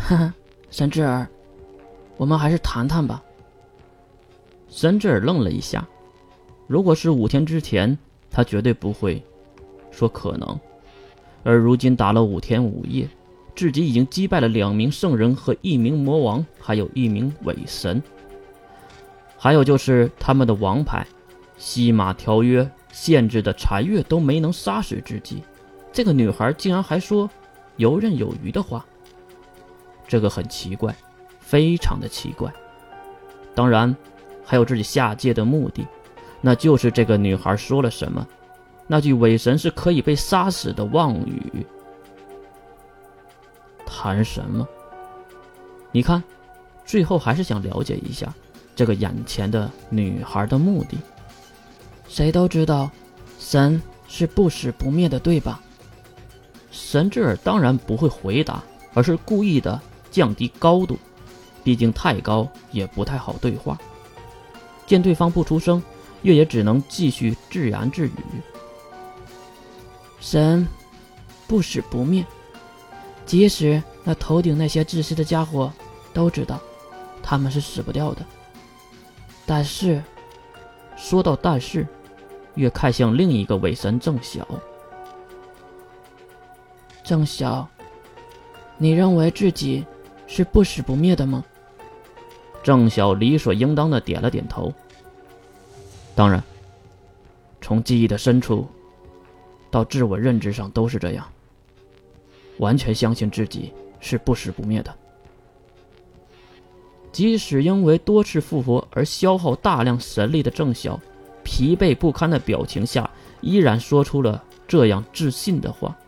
呵呵，神之儿，我们还是谈谈吧。 神之儿愣了一下，如果是5天之前，他绝对不会说可能，而如今打了5天5夜，自己已经击败了2名圣人和1名魔王，还有1名伪神，还有就是他们的王牌西马条约限制的残月都没能杀死自己，这个女孩竟然还说游刃有余的话，这个很奇怪，非常的奇怪。当然还有自己下界的目的，那就是这个女孩说了什么，那句伪神是可以被杀死的妄语。谈什么？你看，最后还是想了解一下这个眼前的女孩的目的。 谁都知道神是不死不灭的，对吧？ 神之耳当然不会回答，而是故意的降低高度，毕竟太高也不太好对话。见对方不出声，月也只能继续自言自语。 神不死不灭，即使那头顶那些自私的家伙都知道他们是死不掉的。但是， 说到但是，月看向另一个伪神郑晓。 郑晓，你认为自己是不死不灭的吗？ 郑晓理所应当的点了点头。当然，从记忆的深处到自我认知上都是这样，完全相信自己是不死不灭的。即使因为多次复活而消耗大量神力的郑晓，疲惫不堪的表情下依然说出了这样自信的话。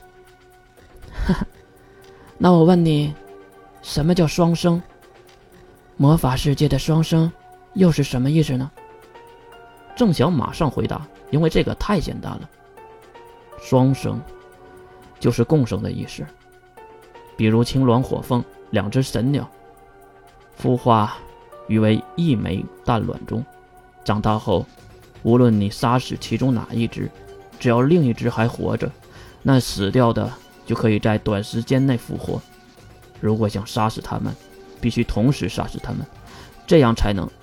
那我问你，什么叫双生？魔法世界的双生又是什么意思呢？ 郑晓马上回答，因为这个太简单了。双生就是共生的意思，比如青鸾火凤2只神鸟，孵化育为一枚蛋卵中，长大后无论你杀死其中哪一只，只要另一只还活着，那死掉的就可以在短时间内复活。如果想杀死他们，必须同时杀死他们，这样才能。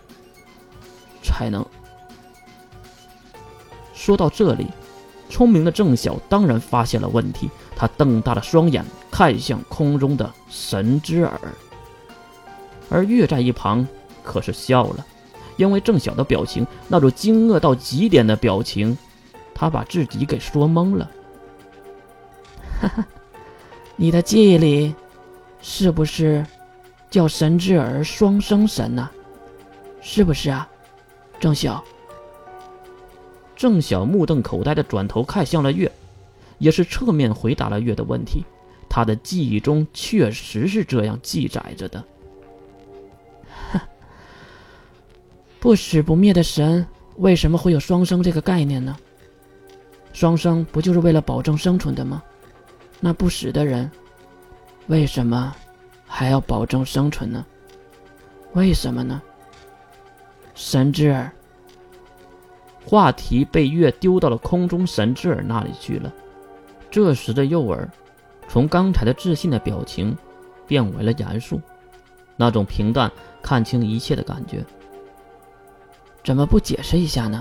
说到这里，聪明的郑晓当然发现了问题，他瞪大了双眼看向空中的神之耳。而月在一旁可是笑了，因为郑晓的表情，那种惊愕到极点的表情，他把自己给说懵了。 哈哈，你的记忆里是不是叫神之耳双生神呢？是不是啊，郑晓？ 郑晓目瞪口呆地转头看向了月，也是侧面回答了月的问题。他的记忆中确实是这样记载着的。 不死不灭的神为什么会有双生这个概念呢？双生不就是为了保证生存的吗？那不死的人为什么还要保证生存呢？为什么呢？神之耳。 话题被月丢到了空中神之耳那里去了。这时的诱饵从刚才的自信的表情变为了严肃，那种平淡看清一切的感觉。 怎么不解释一下呢？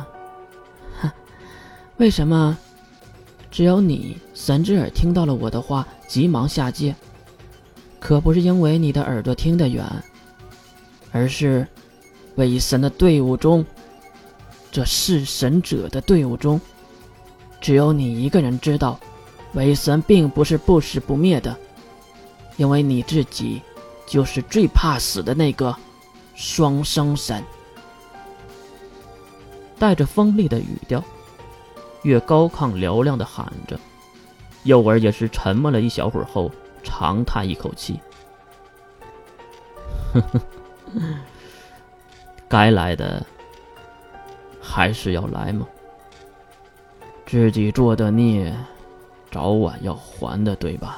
为什么只有你神之耳听到了我的话急忙下界？可不是因为你的耳朵听得远，而是伪神的队伍中，这弑神者的队伍中，只有你一个人知道伪神并不是不死不灭的，因为你自己就是最怕死的那个双生神。 带着锋利的语调，月高亢嘹亮地喊着。诱饵也是沉默了一小会儿后长叹一口气，该来的还是要来吗？自己做的孽早晚要还的，对吧？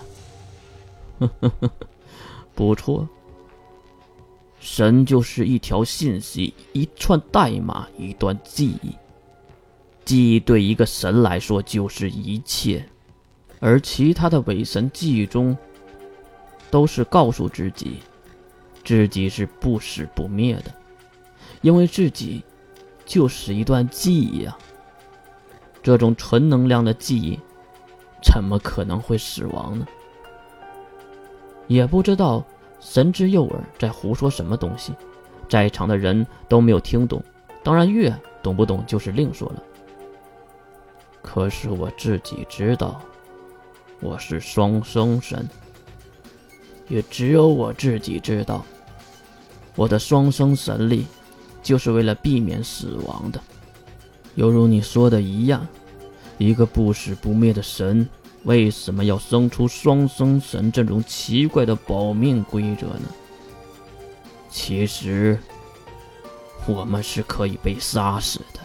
不错，神就是一条信息，一串代码，一段记忆。记忆对一个神来说就是一切，而其他的伪神记忆中都是告诉自己，自己是不死不灭的，因为自己就是一段记忆啊。这种纯能量的记忆，怎么可能会死亡呢？也不知道神之佑儿在胡说什么东西，在场的人都没有听懂，当然月懂不懂就是另说了。可是我自己知道，我是双生神，也只有我自己知道，我的双生神力就是为了避免死亡的。犹如你说的一样，一个不死不灭的神，为什么要生出双生神这种奇怪的保命规则呢？其实我们是可以被杀死的，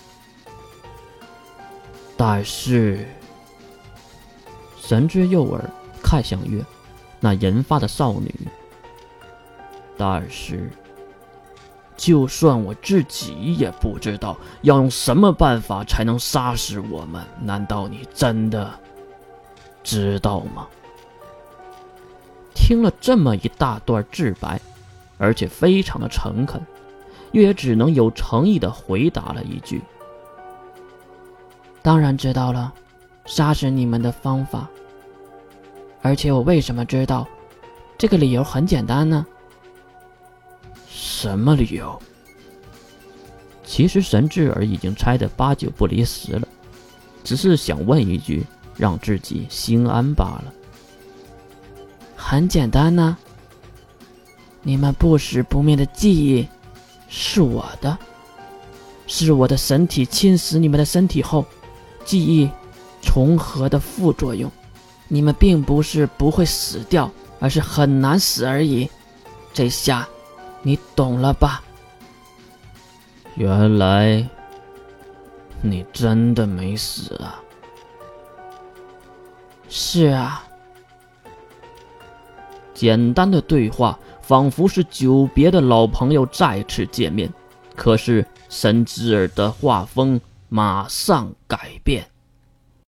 但是神之佑儿看向月，那银发的少女。但是就算我自己也不知道要用什么办法才能杀死我们，难道你真的知道吗？听了这么一大段自白，而且非常的诚恳，月只能有诚意的回答了一句： 当然知道了，杀死你们的方法。而且我为什么知道？这个理由很简单呢。 什么理由？其实神智儿已经猜得8、9不离10了，只是想问一句，让自己心安罢了。 很简单呢，你们不死不灭的记忆是我的，是我的身体侵蚀你们的身体后，记忆重合的副作用。你们并不是不会死掉，而是很难死而已。这下你懂了吧？ 原来你真的没死啊。 是啊。 简单的对话仿佛是久别的老朋友再次见面，可是神之儿的画风马上改变。